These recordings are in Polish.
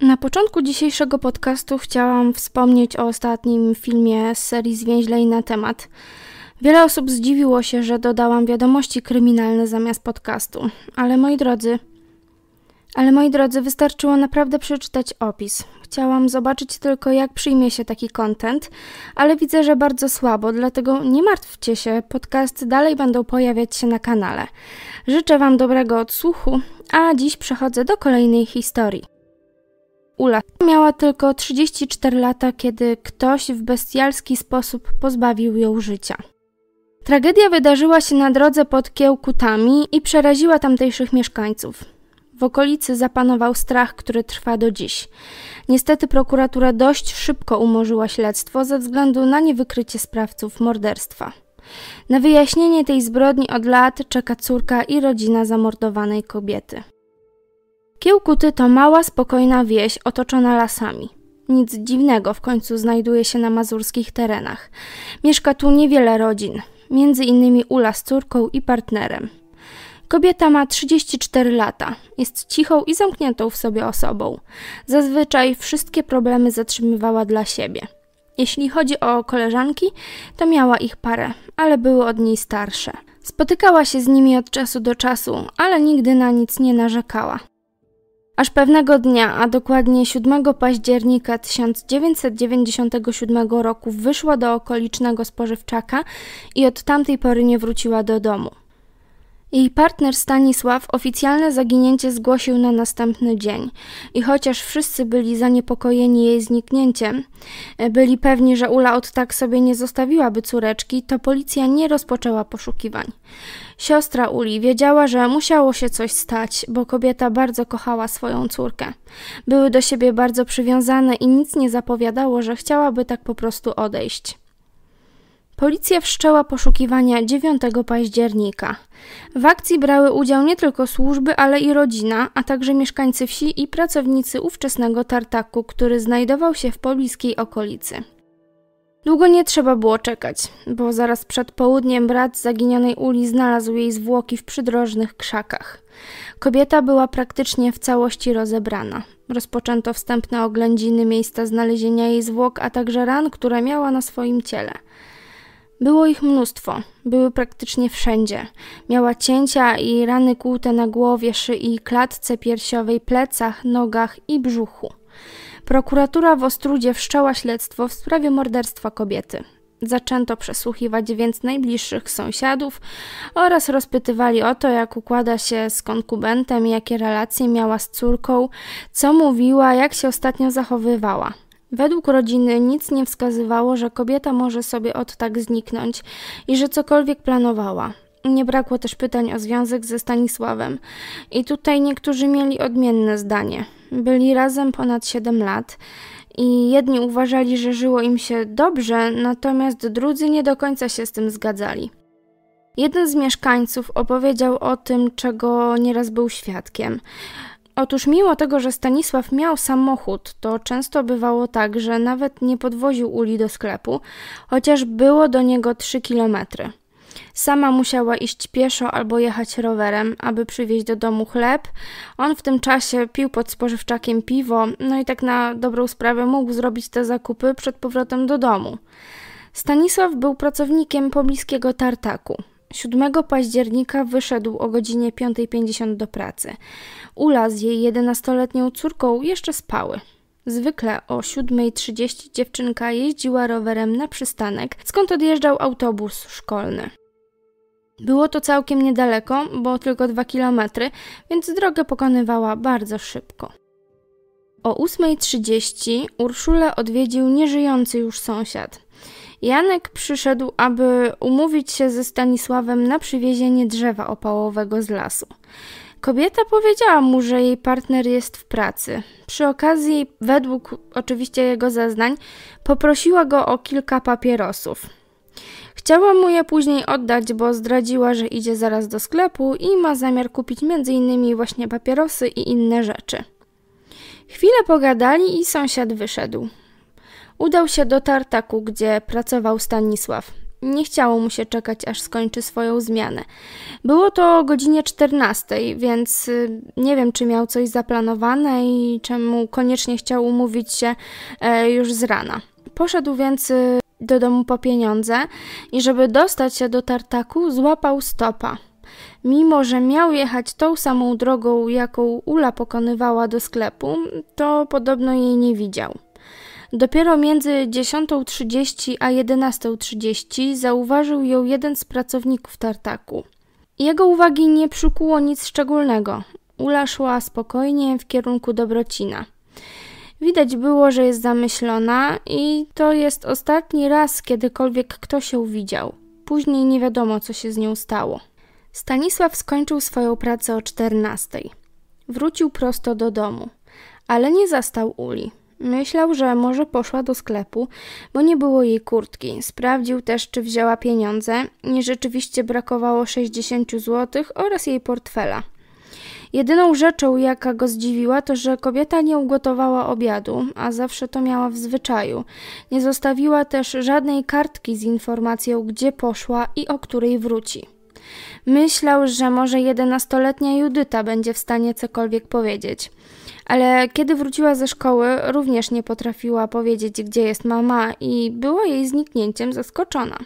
Na początku dzisiejszego podcastu chciałam wspomnieć o ostatnim filmie z serii Zwięźlej na temat. Wiele osób zdziwiło się, że dodałam wiadomości kryminalne zamiast podcastu, ale moi drodzy, wystarczyło naprawdę przeczytać opis. Chciałam zobaczyć tylko, jak przyjmie się taki content, ale widzę, że bardzo słabo, dlatego nie martwcie się, podcasty dalej będą pojawiać się na kanale. Życzę Wam dobrego odsłuchu, a dziś przechodzę do kolejnej historii. Ula miała tylko 34 lata, kiedy ktoś w bestialski sposób pozbawił ją życia. Tragedia wydarzyła się na drodze pod Kiełkutami i przeraziła tamtejszych mieszkańców. W okolicy zapanował strach, który trwa do dziś. Niestety prokuratura dość szybko umorzyła śledztwo ze względu na niewykrycie sprawców morderstwa. Na wyjaśnienie tej zbrodni od lat czeka córka i rodzina zamordowanej kobiety. Kiełkuty to mała, spokojna wieś otoczona lasami. Nic dziwnego, w końcu znajduje się na mazurskich terenach. Mieszka tu niewiele rodzin, między innymi Ula z córką i partnerem. Kobieta ma 34 lata, jest cichą i zamkniętą w sobie osobą. Zazwyczaj wszystkie problemy zatrzymywała dla siebie. Jeśli chodzi o koleżanki, to miała ich parę, ale były od niej starsze. Spotykała się z nimi od czasu do czasu, ale nigdy na nic nie narzekała. Aż pewnego dnia, a dokładnie 7 października 1997 roku wyszła do okolicznego spożywczaka i od tamtej pory nie wróciła do domu. Jej partner Stanisław oficjalne zaginięcie zgłosił na następny dzień i chociaż wszyscy byli zaniepokojeni jej zniknięciem, byli pewni, że Ula od tak sobie nie zostawiłaby córeczki, to policja nie rozpoczęła poszukiwań. Siostra Uli wiedziała, że musiało się coś stać, bo kobieta bardzo kochała swoją córkę. Były do siebie bardzo przywiązane i nic nie zapowiadało, że chciałaby tak po prostu odejść. Policja wszczęła poszukiwania 9 października. W akcji brały udział nie tylko służby, ale i rodzina, a także mieszkańcy wsi i pracownicy ówczesnego tartaku, który znajdował się w pobliskiej okolicy. Długo nie trzeba było czekać, bo zaraz przed południem brat zaginionej Uli znalazł jej zwłoki w przydrożnych krzakach. Kobieta była praktycznie w całości rozebrana. Rozpoczęto wstępne oględziny miejsca znalezienia jej zwłok, a także ran, które miała na swoim ciele. Było ich mnóstwo, były praktycznie wszędzie. Miała cięcia i rany kłute na głowie, szyi, klatce piersiowej, plecach, nogach i brzuchu. Prokuratura w Ostródzie wszczęła śledztwo w sprawie morderstwa kobiety. Zaczęto przesłuchiwać więc najbliższych sąsiadów oraz rozpytywali o to, jak układa się z konkubentem, jakie relacje miała z córką, co mówiła, jak się ostatnio zachowywała. Według rodziny nic nie wskazywało, że kobieta może sobie od tak zniknąć i że cokolwiek planowała. Nie brakło też pytań o związek ze Stanisławem i tutaj niektórzy mieli odmienne zdanie. Byli razem ponad 7 lat i jedni uważali, że żyło im się dobrze, natomiast drudzy nie do końca się z tym zgadzali. Jeden z mieszkańców opowiedział o tym, czego nieraz był świadkiem. Otóż mimo tego, że Stanisław miał samochód, to często bywało tak, że nawet nie podwoził Uli do sklepu, chociaż było do niego 3 kilometry. Sama musiała iść pieszo albo jechać rowerem, aby przywieźć do domu chleb. On w tym czasie pił pod spożywczakiem piwo, no i tak na dobrą sprawę mógł zrobić te zakupy przed powrotem do domu. Stanisław był pracownikiem pobliskiego tartaku. 7 października wyszedł o godzinie 5:50 do pracy. Ula z jej 11-letnią córką jeszcze spały. Zwykle o 7:30 dziewczynka jeździła rowerem na przystanek, skąd odjeżdżał autobus szkolny. Było to całkiem niedaleko, bo tylko 2 kilometry, więc drogę pokonywała bardzo szybko. O 8:30 Urszulę odwiedził nieżyjący już sąsiad. Janek przyszedł, aby umówić się ze Stanisławem na przywiezienie drzewa opałowego z lasu. Kobieta powiedziała mu, że jej partner jest w pracy. Przy okazji, według oczywiście jego zeznań, poprosiła go o kilka papierosów. Chciała mu je później oddać, bo zdradziła, że idzie zaraz do sklepu i ma zamiar kupić m.in. właśnie papierosy i inne rzeczy. Chwilę pogadali i sąsiad wyszedł. Udał się do tartaku, gdzie pracował Stanisław. Nie chciało mu się czekać, aż skończy swoją zmianę. Było to o godzinie 14, więc nie wiem, czy miał coś zaplanowane i czemu koniecznie chciał umówić się już z rana. Poszedł więc do domu po pieniądze i żeby dostać się do tartaku, złapał stopa. Mimo że miał jechać tą samą drogą, jaką Ula pokonywała do sklepu, to podobno jej nie widział. Dopiero między 10:30 a 11:30 zauważył ją jeden z pracowników tartaku. Jego uwagi nie przykuło nic szczególnego. Ula szła spokojnie w kierunku Dobrocina. Widać było, że jest zamyślona i to jest ostatni raz, kiedykolwiek ktoś ją widział. Później nie wiadomo, co się z nią stało. Stanisław skończył swoją pracę o 14:00. Wrócił prosto do domu, ale nie zastał Uli. Myślał, że może poszła do sklepu, bo nie było jej kurtki. Sprawdził też, czy wzięła pieniądze i rzeczywiście brakowało 60 zł oraz jej portfela. Jedyną rzeczą, jaka go zdziwiła, to że kobieta nie ugotowała obiadu, a zawsze to miała w zwyczaju. Nie zostawiła też żadnej kartki z informacją, gdzie poszła i o której wróci. Myślał, że może 11-letnia Judyta będzie w stanie cokolwiek powiedzieć. Ale kiedy wróciła ze szkoły, również nie potrafiła powiedzieć, gdzie jest mama i była jej zniknięciem zaskoczona.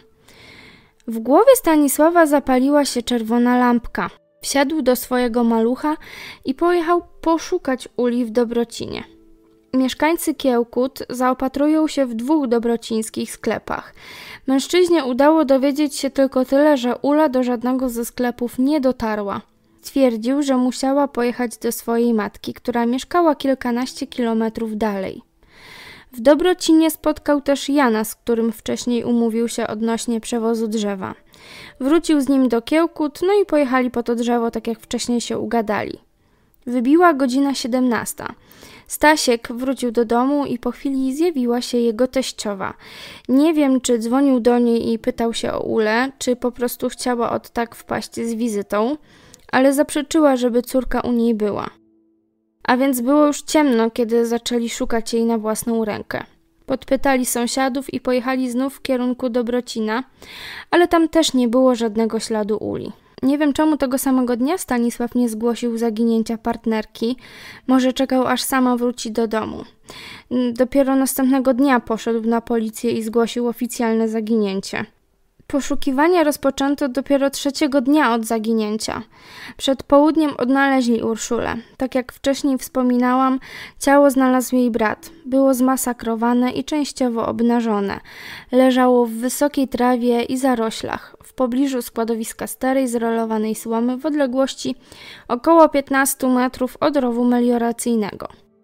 W głowie Stanisława zapaliła się czerwona lampka. Wsiadł do swojego malucha i pojechał poszukać Uli w Dobrocinie. Mieszkańcy Kiełkut zaopatrują się w 2 dobrocińskich sklepach. Mężczyźnie udało dowiedzieć się tylko tyle, że Ula do żadnego ze sklepów nie dotarła. Twierdził, że musiała pojechać do swojej matki, która mieszkała kilkanaście kilometrów dalej. W Dobrocinie spotkał też Jana, z którym wcześniej umówił się odnośnie przewozu drzewa. Wrócił z nim do Kiełkut, no i pojechali po to drzewo, tak jak wcześniej się ugadali. Wybiła godzina 17:00. Stasiek wrócił do domu i po chwili zjawiła się jego teściowa. Nie wiem, czy dzwonił do niej i pytał się o Ulę, czy po prostu chciała od tak wpaść z wizytą, ale zaprzeczyła, żeby córka u niej była. A więc było już ciemno, kiedy zaczęli szukać jej na własną rękę. Podpytali sąsiadów i pojechali znów w kierunku Dobrocina, ale tam też nie było żadnego śladu Uli. Nie wiem, czemu tego samego dnia Stanisław nie zgłosił zaginięcia partnerki. Może czekał, aż sama wróci do domu. Dopiero następnego dnia poszedł na policję i zgłosił oficjalne zaginięcie. Poszukiwania rozpoczęto dopiero 3. dnia od zaginięcia. Przed południem odnaleźli Urszulę. Tak jak wcześniej wspominałam, ciało znalazł jej brat. Było zmasakrowane i częściowo obnażone. Leżało w wysokiej trawie i zaroślach, w pobliżu składowiska starej, zrolowanej słomy w odległości około 15 metrów od rowu melioracyjnego.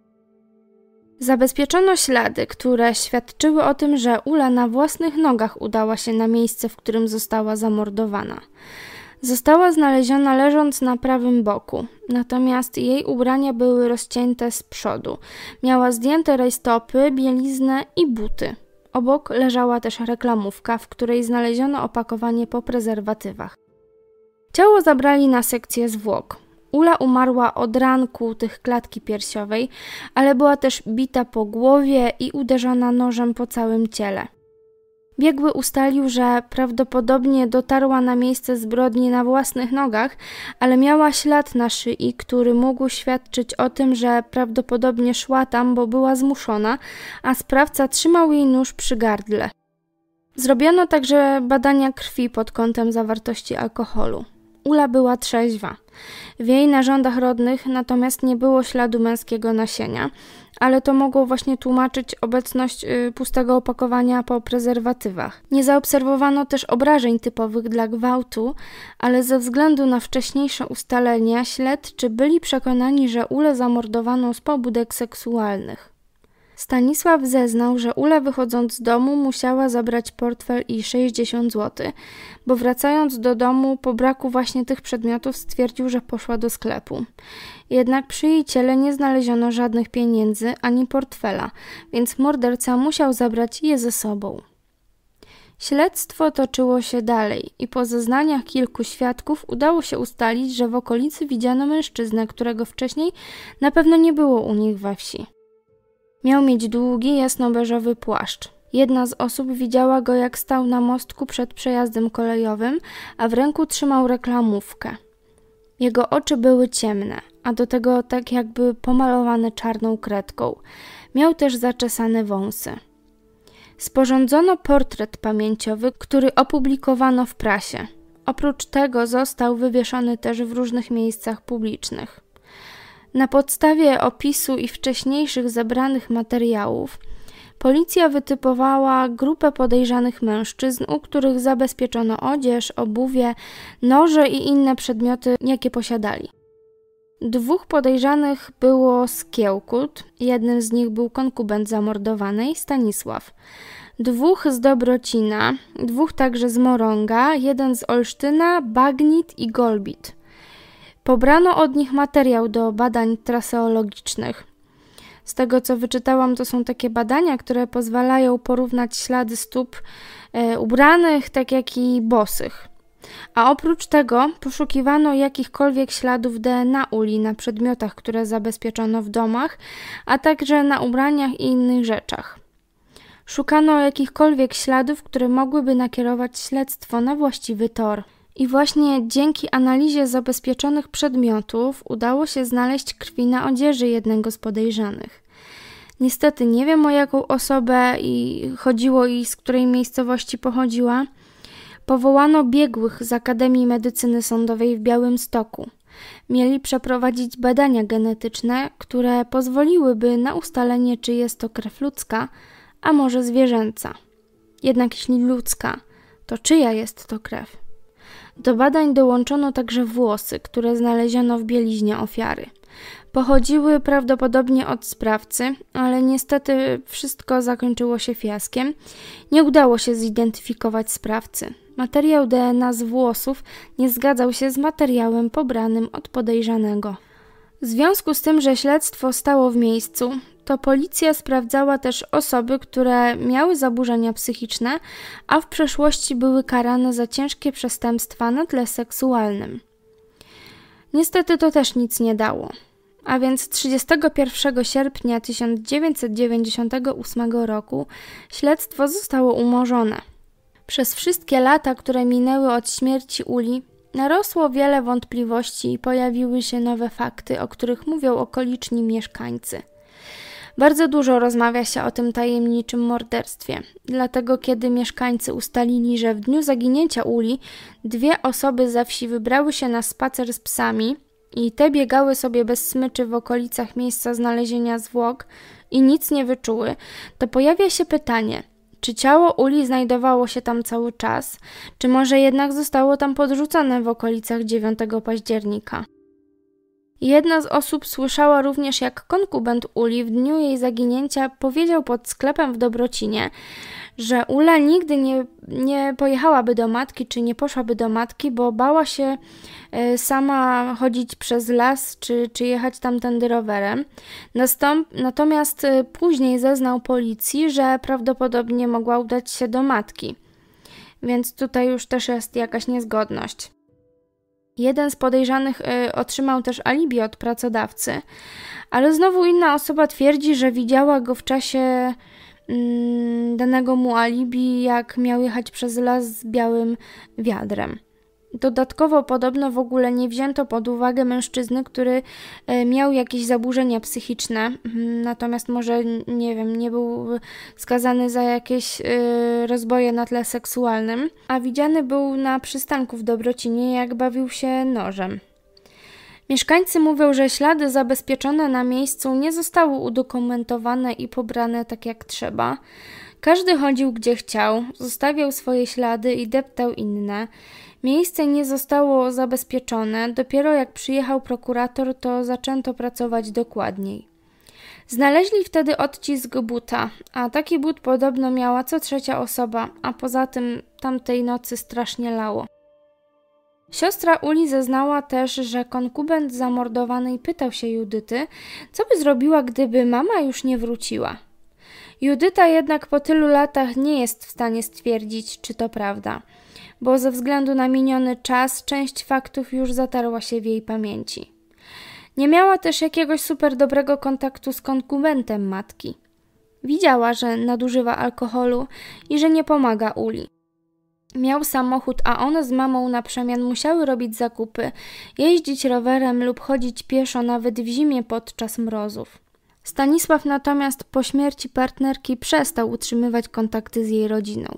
Zabezpieczono ślady, które świadczyły o tym, że Ula na własnych nogach udała się na miejsce, w którym została zamordowana. Została znaleziona leżąc na prawym boku, natomiast jej ubrania były rozcięte z przodu. Miała zdjęte rajstopy, bieliznę i buty. Obok leżała też reklamówka, w której znaleziono opakowanie po prezerwatywach. Ciało zabrali na sekcję zwłok. Ula umarła od ranku tych klatki piersiowej, ale była też bita po głowie i uderzona nożem po całym ciele. Biegły ustalił, że prawdopodobnie dotarła na miejsce zbrodni na własnych nogach, ale miała ślad na szyi, który mógł świadczyć o tym, że prawdopodobnie szła tam, bo była zmuszona, a sprawca trzymał jej nóż przy gardle. Zrobiono także badania krwi pod kątem zawartości alkoholu. Ula była trzeźwa. W jej narządach rodnych natomiast nie było śladu męskiego nasienia, ale to mogło właśnie tłumaczyć obecność pustego opakowania po prezerwatywach. Nie zaobserwowano też obrażeń typowych dla gwałtu, ale ze względu na wcześniejsze ustalenia śledczy byli przekonani, że Ulę zamordowano z pobudek seksualnych. Stanisław zeznał, że Ula wychodząc z domu musiała zabrać portfel i 60 zł, bo wracając do domu po braku właśnie tych przedmiotów stwierdził, że poszła do sklepu. Jednak przy jej ciele nie znaleziono żadnych pieniędzy ani portfela, więc morderca musiał zabrać je ze sobą. Śledztwo toczyło się dalej i po zeznaniach kilku świadków udało się ustalić, że w okolicy widziano mężczyznę, którego wcześniej na pewno nie było u nich we wsi. Miał mieć długi, jasnobeżowy płaszcz. Jedna z osób widziała go, jak stał na mostku przed przejazdem kolejowym, a w ręku trzymał reklamówkę. Jego oczy były ciemne, a do tego tak jakby pomalowane czarną kredką. Miał też zaczesane wąsy. Sporządzono portret pamięciowy, który opublikowano w prasie. Oprócz tego został wywieszony też w różnych miejscach publicznych. Na podstawie opisu i wcześniejszych zebranych materiałów policja wytypowała grupę podejrzanych mężczyzn, u których zabezpieczono odzież, obuwie, noże i inne przedmioty, jakie posiadali. 2 podejrzanych było z Kiełkut, jednym z nich był konkubent zamordowanej, Stanisław. 2 z Dobrocina, 2 także z Morąga, 1 z Olsztyna, Bagnit i Golbit. Pobrano od nich materiał do badań traseologicznych. Z tego, co wyczytałam, to są takie badania, które pozwalają porównać ślady stóp ubranych, tak jak i bosych. A oprócz tego poszukiwano jakichkolwiek śladów DNA uli na przedmiotach, które zabezpieczono w domach, a także na ubraniach i innych rzeczach. Szukano jakichkolwiek śladów, które mogłyby nakierować śledztwo na właściwy tor. I właśnie dzięki analizie zabezpieczonych przedmiotów udało się znaleźć krwi na odzieży jednego z podejrzanych. Niestety nie wiem, o jaką osobę chodziło i z której miejscowości pochodziła. Powołano biegłych z Akademii Medycyny Sądowej w Białymstoku. Mieli przeprowadzić badania genetyczne, które pozwoliłyby na ustalenie, czy jest to krew ludzka, a może zwierzęca. Jednak jeśli ludzka, to czyja jest to krew? Do badań dołączono także włosy, które znaleziono w bieliźnie ofiary. Pochodziły prawdopodobnie od sprawcy, ale niestety wszystko zakończyło się fiaskiem. Nie udało się zidentyfikować sprawcy. Materiał DNA z włosów nie zgadzał się z materiałem pobranym od podejrzanego. W związku z tym, że śledztwo stało w miejscu, to policja sprawdzała też osoby, które miały zaburzenia psychiczne, a w przeszłości były karane za ciężkie przestępstwa na tle seksualnym. Niestety to też nic nie dało. A więc 31 sierpnia 1998 roku śledztwo zostało umorzone. Przez wszystkie lata, które minęły od śmierci Uli, narosło wiele wątpliwości i pojawiły się nowe fakty, o których mówią okoliczni mieszkańcy. Bardzo dużo rozmawia się o tym tajemniczym morderstwie, dlatego kiedy mieszkańcy ustalili, że w dniu zaginięcia Uli 2 osoby ze wsi wybrały się na spacer z psami i te biegały sobie bez smyczy w okolicach miejsca znalezienia zwłok i nic nie wyczuły, to pojawia się pytanie, czy ciało Uli znajdowało się tam cały czas, czy może jednak zostało tam podrzucone w okolicach 9 października. Jedna z osób słyszała również, jak konkubent Uli w dniu jej zaginięcia powiedział pod sklepem w Dobrocinie, że Ula nigdy nie pojechałaby do matki, czy nie poszłaby do matki, bo bała się sama chodzić przez las, czy jechać tamtędy rowerem. Natomiast później zeznał policji, że prawdopodobnie mogła udać się do matki. Więc tutaj już też jest jakaś niezgodność. Jeden z podejrzanych otrzymał też alibi od pracodawcy, ale znowu inna osoba twierdzi, że widziała go w czasie danego mu alibi, jak miał jechać przez las z białym wiadrem. Dodatkowo podobno w ogóle nie wzięto pod uwagę mężczyzny, który miał jakieś zaburzenia psychiczne, natomiast może, nie wiem, nie był skazany za jakieś rozboje na tle seksualnym, a widziany był na przystanku w Dobrocinie, jak bawił się nożem. Mieszkańcy mówią, że ślady zabezpieczone na miejscu nie zostały udokumentowane i pobrane tak jak trzeba. Każdy chodził gdzie chciał, zostawiał swoje ślady i deptał inne. Miejsce nie zostało zabezpieczone, dopiero jak przyjechał prokurator, to zaczęto pracować dokładniej. Znaleźli wtedy odcisk buta, a taki but podobno miała co 3. osoba, a poza tym tamtej nocy strasznie lało. Siostra Uli zeznała też, że konkubent zamordowanej pytał się Judyty, co by zrobiła, gdyby mama już nie wróciła. Judyta jednak po tylu latach nie jest w stanie stwierdzić, czy to prawda, bo ze względu na miniony czas część faktów już zatarła się w jej pamięci. Nie miała też jakiegoś super dobrego kontaktu z konkubentem matki. Widziała, że nadużywa alkoholu i że nie pomaga Uli. Miał samochód, a one z mamą na przemian musiały robić zakupy, jeździć rowerem lub chodzić pieszo nawet w zimie podczas mrozów. Stanisław natomiast po śmierci partnerki przestał utrzymywać kontakty z jej rodziną.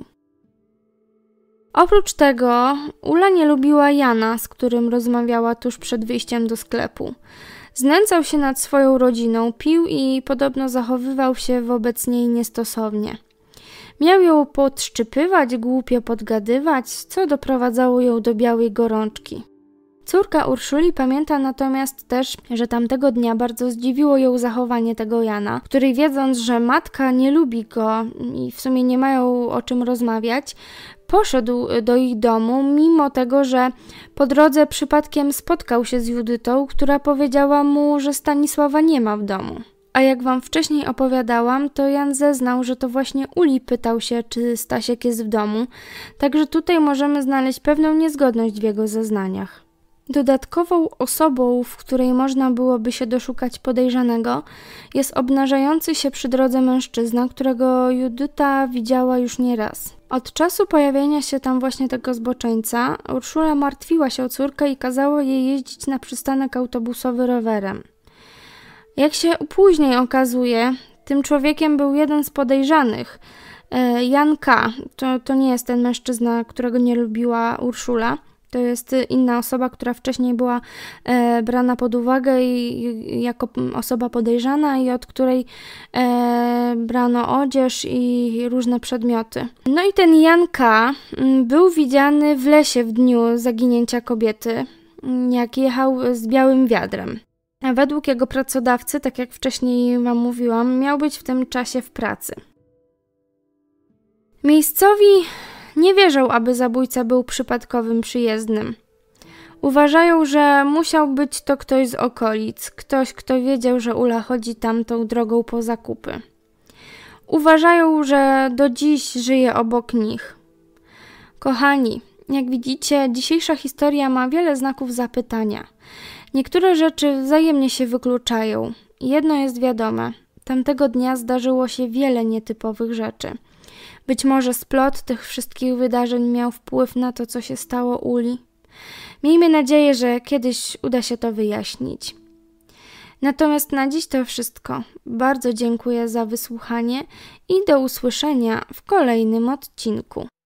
Oprócz tego Ula nie lubiła Jana, z którym rozmawiała tuż przed wyjściem do sklepu. Znęcał się nad swoją rodziną, pił i podobno zachowywał się wobec niej niestosownie. Miał ją podszczypywać, głupio podgadywać, co doprowadzało ją do białej gorączki. Córka Urszuli pamięta natomiast też, że tamtego dnia bardzo zdziwiło ją zachowanie tego Jana, który wiedząc, że matka nie lubi go i w sumie nie mają o czym rozmawiać, poszedł do ich domu, mimo tego, że po drodze przypadkiem spotkał się z Judytą, która powiedziała mu, że Stanisława nie ma w domu. A jak wam wcześniej opowiadałam, to Jan zeznał, że to właśnie Uli pytał się, czy Stasiek jest w domu, także tutaj możemy znaleźć pewną niezgodność w jego zeznaniach. Dodatkową osobą, w której można byłoby się doszukać podejrzanego, jest obnażający się przy drodze mężczyzna, którego Judyta widziała już nieraz. Od czasu pojawienia się tam właśnie tego zboczeńca, Urszula martwiła się o córkę i kazała jej jeździć na przystanek autobusowy rowerem. Jak się później okazuje, tym człowiekiem był jeden z podejrzanych, Jan K. To nie jest ten mężczyzna, którego nie lubiła Urszula. To jest inna osoba, która wcześniej była brana pod uwagę i jako osoba podejrzana i od której brano odzież i różne przedmioty. No i ten Jan K. był widziany w lesie w dniu zaginięcia kobiety, jak jechał z białym wiadrem. A według jego pracodawcy, tak jak wcześniej wam mówiłam, miał być w tym czasie w pracy. Miejscowi nie wierzą, aby zabójca był przypadkowym przyjezdnym. Uważają, że musiał być to ktoś z okolic, ktoś, kto wiedział, że Ula chodzi tamtą drogą po zakupy. Uważają, że do dziś żyje obok nich. Kochani, jak widzicie, dzisiejsza historia ma wiele znaków zapytania. Niektóre rzeczy wzajemnie się wykluczają. Jedno jest wiadome. Tamtego dnia zdarzyło się wiele nietypowych rzeczy. Być może splot tych wszystkich wydarzeń miał wpływ na to, co się stało Uli. Miejmy nadzieję, że kiedyś uda się to wyjaśnić. Natomiast na dziś to wszystko. Bardzo dziękuję za wysłuchanie i do usłyszenia w kolejnym odcinku.